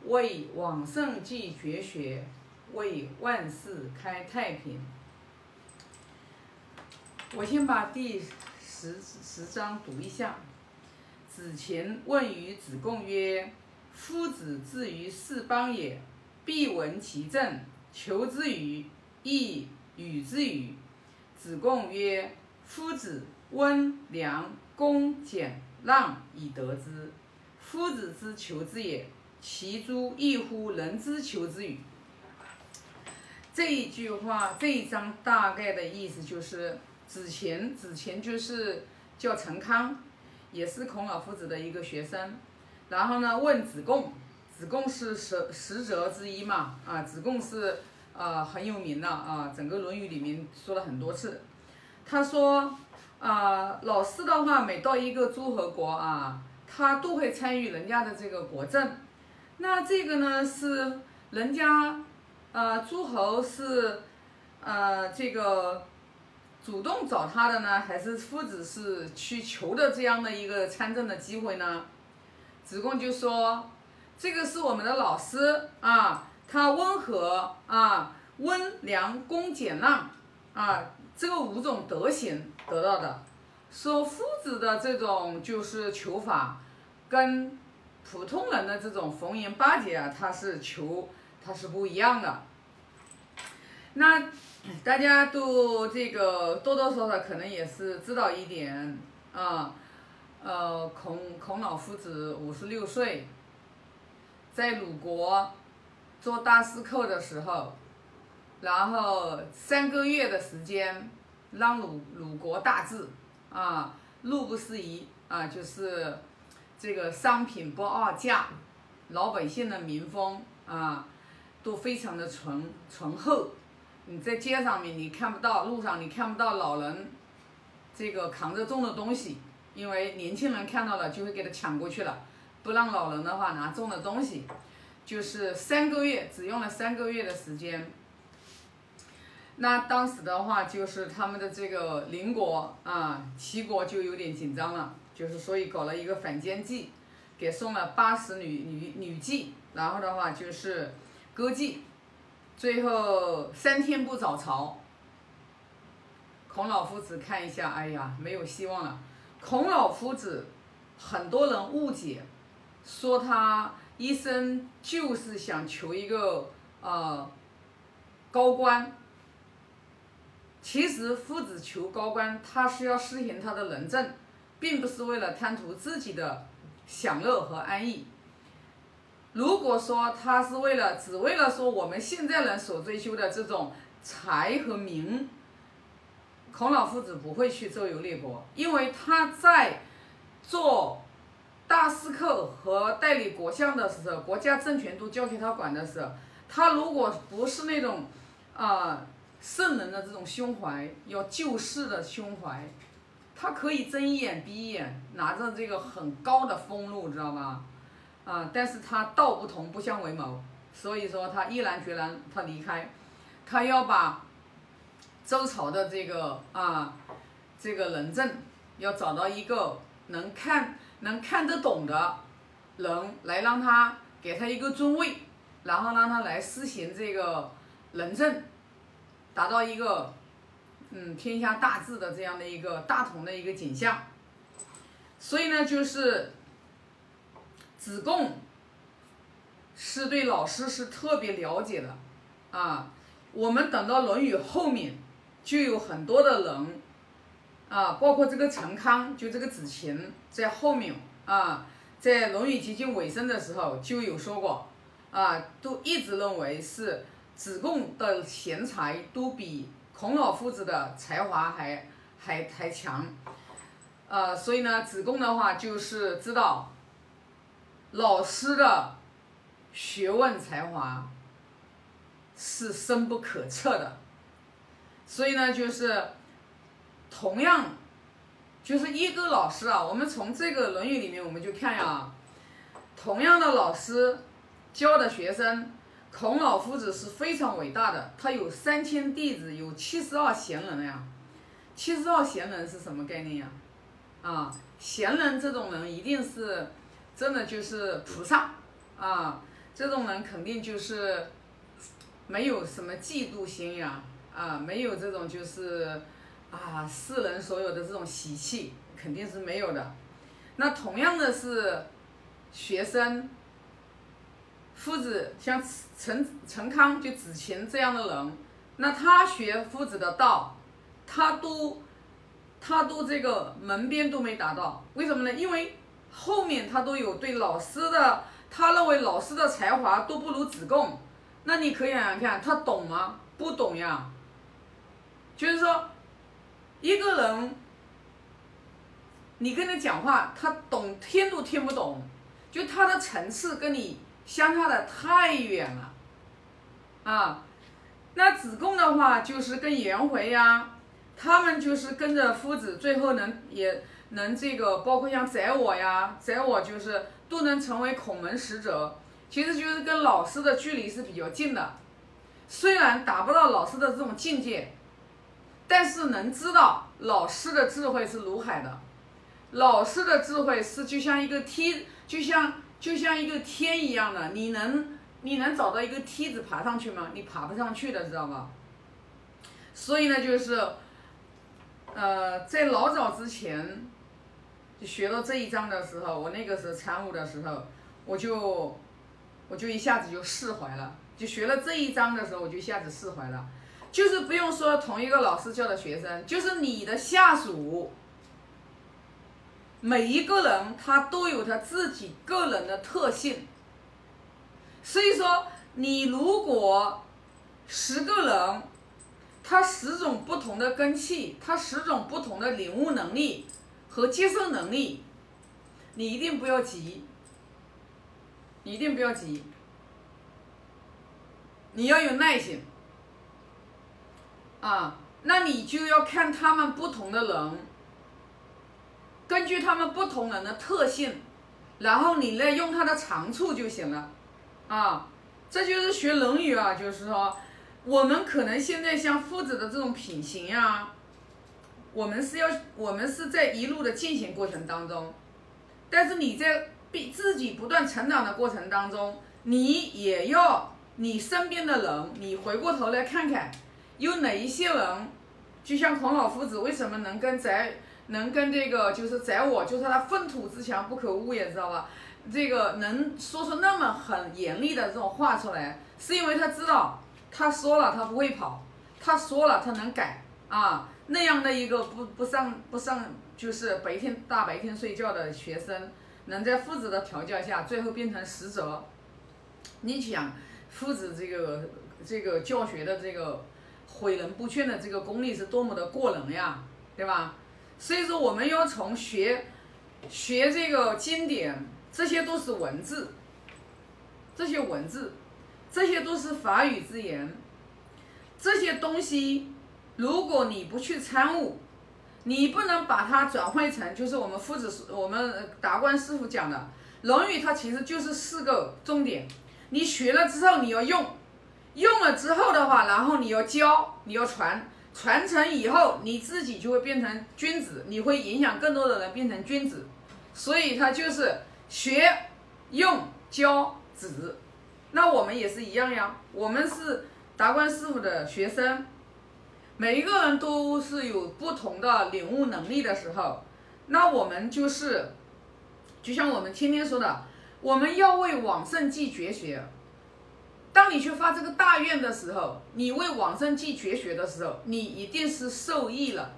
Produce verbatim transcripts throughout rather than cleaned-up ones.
为往圣继绝学，为万世开太平。我先把第十十章读一下。子禽问于子贡曰：夫子至于四邦也，必闻其政，求之与？亦与之与？子贡曰：夫子温良恭俭让以得之。夫子之求之也，其诸异乎人之求之与？这一句话，这一章大概的意思就是子禽，子禽就是叫陈康，也是孔老夫子的一个学生。然后呢，问子贡，子贡是十十哲之一嘛，啊，子贡是呃很有名的啊，整个《论语》里面说了很多次。他说，啊，老师的话，每到一个诸侯国啊，他都会参与人家的这个国政。那这个呢，是人家，呃，诸侯是，呃，这个主动找他的呢，还是夫子是去求的这样的一个参政的机会呢？子贡就说，这个是我们的老师啊，他温和啊，温良恭俭让啊，这个五种德行得到的。说夫子的这种就是求法，跟普通人的这种逢源巴结啊，他是求，他是不一样的。那大家都这个多多少少可能也是知道一点啊，呃，孔孔老夫子五十六岁，在鲁国做大司寇的时候，然后三个月的时间，让鲁鲁国大治啊，路不拾遗啊，就是这个商品不二价，老百姓的民风啊都非常的淳淳厚。你在街上面你看不到，路上你看不到老人这个扛着重的东西，因为年轻人看到了就会给他抢过去了，不让老人的话拿重的东西。就是三个月，只用了三个月的时间。那当时的话，就是他们的这个邻国啊，齐国就有点紧张了，就是所以搞了一个反间计，给送了八十女女女妓，然后的话就是歌妓，最后三天不早朝。孔老夫子看一下，哎呀，没有希望了。孔老夫子很多人误解，说他一生就是想求一个呃高官。其实夫子求高官，他是要施行他的仁政，并不是为了贪图自己的享乐和安逸。如果说他是为了只为了说我们现在人所追求的这种财和名，孔老夫子不会去周游列国，因为他在做大司寇和代理国相的时候，国家政权都交给他管的时候，他如果不是那种啊、呃、圣人的这种胸怀，要救世的胸怀，他可以睁一眼闭一眼，拿着这个很高的俸禄，知道吗？啊，但是他道不同不相为谋，所以说他毅然决然他离开，他要把周朝的这个啊这个仁政，要找到一个能看能看得懂的人来让他给他一个尊位，然后让他来施行这个仁政，达到一个嗯天下大治的这样的一个大同的一个景象。所以呢，就是子贡是对老师是特别了解的啊。我们等到《论语》后面，就有很多的人啊，包括这个陈康，就这个子禽，在后面啊，在《论语》接近尾声的时候就有说过啊，都一直认为是子贡的贤才都比孔老夫子的才华还还还强。呃，所以呢，子贡的话就是知道老师的学问才华是深不可测的，所以呢，就是同样就是一个老师啊，我们从这个《论语》里面我们就看呀，同样的老师教的学生，孔老夫子是非常伟大的，他有三千弟子，有七十二贤人呀。七十二贤人是什么概念呀？啊，贤人这种人一定是真的就是菩萨啊， 这种人肯定就是没有什么嫉妒心呀，啊，没有这种就是啊世人所有的这种习气，肯定是没有的。那同样的是学生，夫子像陈陈康就子虔这样的人，那他学夫子的道，他都他都这个门边都没达到，为什么呢？因为后面他都有对老师的，他认为老师的才华都不如子贡，那你可以想想看，他懂吗？不懂呀。就是说，一个人，你跟他讲话，他懂听都听不懂，就他的层次跟你相差的太远了，啊，那子贡的话就是跟颜回呀，他们就是跟着夫子，最后能也能这个，包括像宰我呀，宰我就是都能成为孔门使者，其实就是跟老师的距离是比较近的，虽然达不到老师的这种境界，但是能知道老师的智慧是如海的，老师的智慧是就像一个梯，就像就像一个天一样的，你能你能找到一个梯子爬上去吗？你爬不上去的，知道吧？所以呢，就是呃，在老早之前就学到这一章的时候，我那个时候参悟的时候，我就我就一下子就释怀了。就学了这一章的时候，我就一下子释怀了。就是不用说同一个老师教的学生，就是你的下属，每一个人他都有他自己个人的特性。所以说，你如果十个人，他十种不同的根器，他十种不同的领悟能力和接受能力，你一定不要急，你一定不要急，你要有耐心啊。那你就要看他们不同的人，根据他们不同人的特性，然后你来用他的长处就行了啊。这就是学《论语》啊，就是说我们可能现在像夫子的这种品行啊，我们是要我们是在一路的进行过程当中，但是你在必自己不断成长的过程当中，你也要你身边的人，你回过头来看看，有哪一些人，就像孔老夫子为什么能跟宰能跟这个就是宰我，就是他粪土之强不可污也，知道吧？这个能说出那么很严厉的这种话出来，是因为他知道，他说了他不会跑，他说了他能改啊。那样的一个不不上不上就是白天大白天睡觉的学生，能在夫子的调教下，最后变成使者。你想，夫子这个这个教学的这个诲人不倦的这个功力是多么的过人呀，对吧？所以说，我们要从学学这个经典，这些都是文字，这些文字，这些都是法语之言，这些东西。如果你不去参悟，你不能把它转换成，就是我们夫子我们达观师傅讲的《论语》，它其实就是四个重点。你学了之后你要用，用了之后的话，然后你要教，你要传，传承以后你自己就会变成君子，你会影响更多的人变成君子。所以它就是学、用、教、止。那我们也是一样呀，我们是达观师傅的学生。每一个人都是有不同的领悟能力的时候，那我们就是，就像我们天天说的，我们要为往圣继绝学。当你去发这个大愿的时候，你为往圣继绝学的时候，你一定是受益了。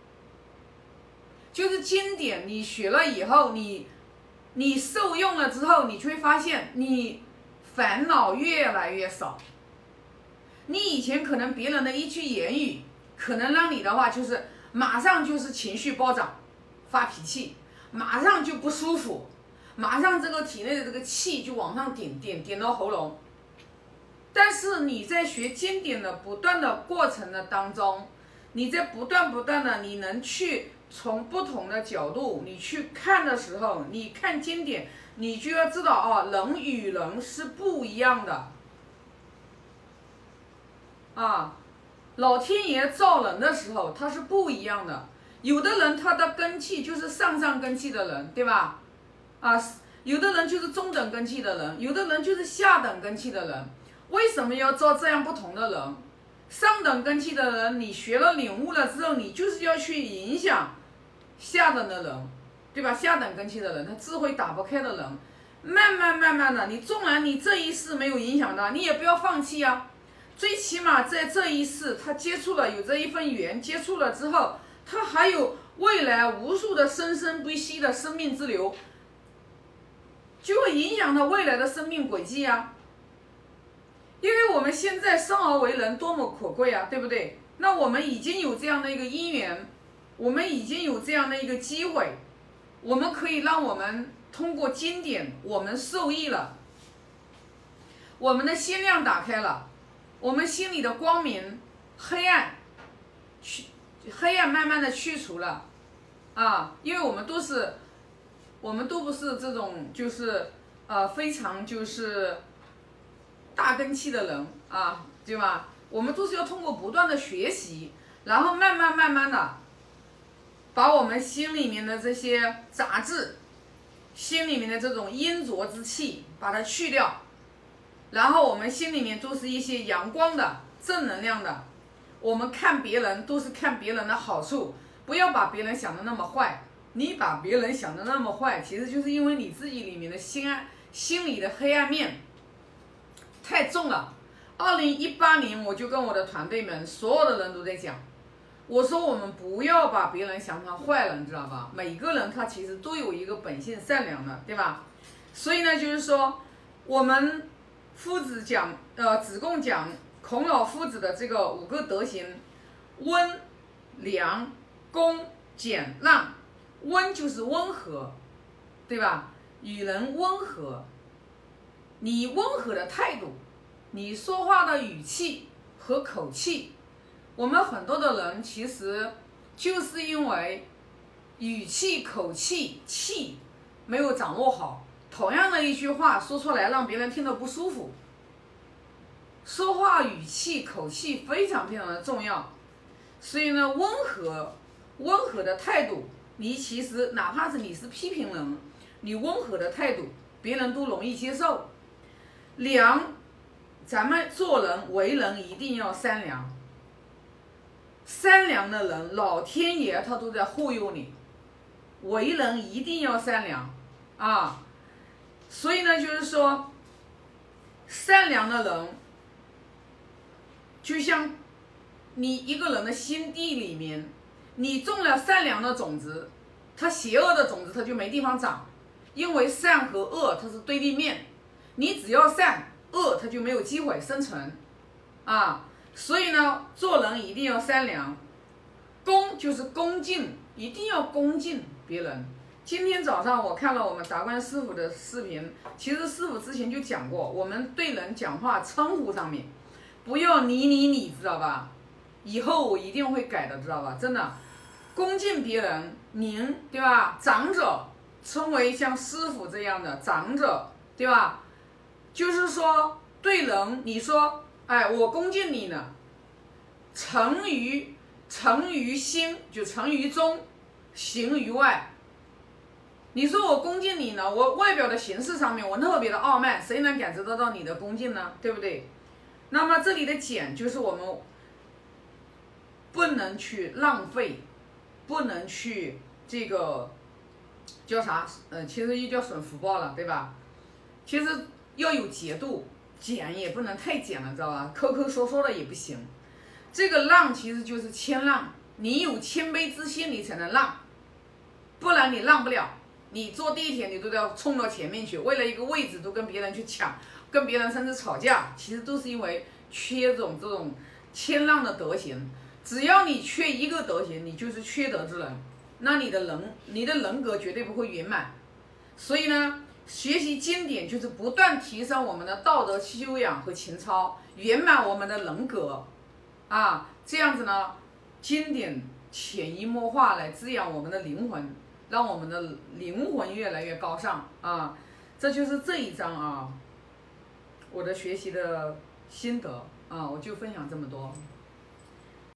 就是经典你学了以后，你你受用了之后，你就会发现你烦恼越来越少。你以前可能别人的一句言语，可能让你的话就是马上就是情绪暴涨，发脾气，马上就不舒服，马上这个体内的这个气就往上点点点到喉咙。但是你在学经典的不断的过程的当中，你在不断不断的你能去从不同的角度你去看的时候，你看经典，你就要知道哦，人与人是不一样的啊。老天爷造人的时候他是不一样的，有的人他的根气就是上上根气的人，对吧？啊， 有的人就是中等根气的人，有的人就是下等根气的人。为什么要招这样不同的人？上等根气的人，你学了领悟了之后，你就是要去影响下等的人，对吧？下等根气的人，他智慧打不开的人，慢慢慢慢的，你纵然你这一世没有影响到，你也不要放弃啊。最起码在这一世，他接触了有这一份缘，接触了之后，他还有未来无数的生生不息的生命之流，就会影响他未来的生命轨迹啊。因为我们现在生而为人多么可贵啊，对不对？那我们已经有这样的一个因缘，我们已经有这样的一个机会，我们可以让我们通过经典，我们受益了，我们的心量打开了，我们心里的光明黑暗去黑暗慢慢的去除了啊。因为我们都是我们都不是这种就是呃非常就是大根气的人啊，对吧？我们都是要通过不断的学习，然后慢慢慢慢的把我们心里面的这些杂质，心里面的这种阴浊之气把它去掉，然后我们心里面都是一些阳光的正能量的。我们看别人都是看别人的好处，不要把别人想的那么坏。你把别人想的那么坏，其实就是因为你自己里面的心安心里的黑暗面太重了。二零一八年我就跟我的团队们所有的人都在讲，我说我们不要把别人想成坏了，你知道吧？每个人他其实都有一个本性善良的，对吧？所以呢，就是说我们夫子讲呃子贡讲孔老夫子的这个五个德行：温、良、恭、俭、让。温就是温和，对吧？与人温和，你温和的态度，你说话的语气和口气，我们很多的人其实就是因为语气、口气、气没有掌握好，同样的一句话说出来让别人听得不舒服。说话语气、口气非常非常的重要，所以呢，温和、温和的态度。你其实哪怕是你是批评人，你温和的态度，别人都容易接受。良，咱们做人为人一定要善良。善良的人，老天爷他都在护佑你。为人一定要善良啊！所以呢，就是说，善良的人，就像你一个人的心地里面。你种了善良的种子，它邪恶的种子它就没地方长，因为善和恶它是对立面，你只要善，恶它就没有机会生存啊。所以呢，做人一定要善良。恭就是恭敬，一定要恭敬别人。今天早上我看了我们达观师傅的视频，其实师傅之前就讲过，我们对人讲话称呼上面不要你你你，知道吧？以后我一定会改的，知道吧？真的，恭敬别人，您，对吧？长者称为像师傅这样的长者，对吧？就是说对人，你说，哎，我恭敬你呢，诚于诚于心，就诚于中，行于外。你说我恭敬你呢，我外表的形式上面我特别的傲慢，谁能感知得到你的恭敬呢？对不对？那么这里的俭就是我们不能去浪费，不能去这个叫啥？呃，其实又叫损福报了，对吧？其实要有节度，俭也不能太俭了，知道吧？抠抠缩缩的也不行。这个让其实就是谦让，你有谦卑之心，你才能让，不然你让不了。你坐地铁，你都要冲到前面去，为了一个位置都跟别人去抢，跟别人甚至吵架，其实都是因为缺这种这种谦让的德行。只要你缺一个德行，你就是缺德之人，那你的人你的人格绝对不会圆满。所以呢，学习经典就是不断提升我们的道德修养和情操，圆满我们的人格啊，这样子呢，经典潜移默化来滋养我们的灵魂，让我们的灵魂越来越高尚啊。这就是这一章啊，我的学习的心得啊，我就分享这么多。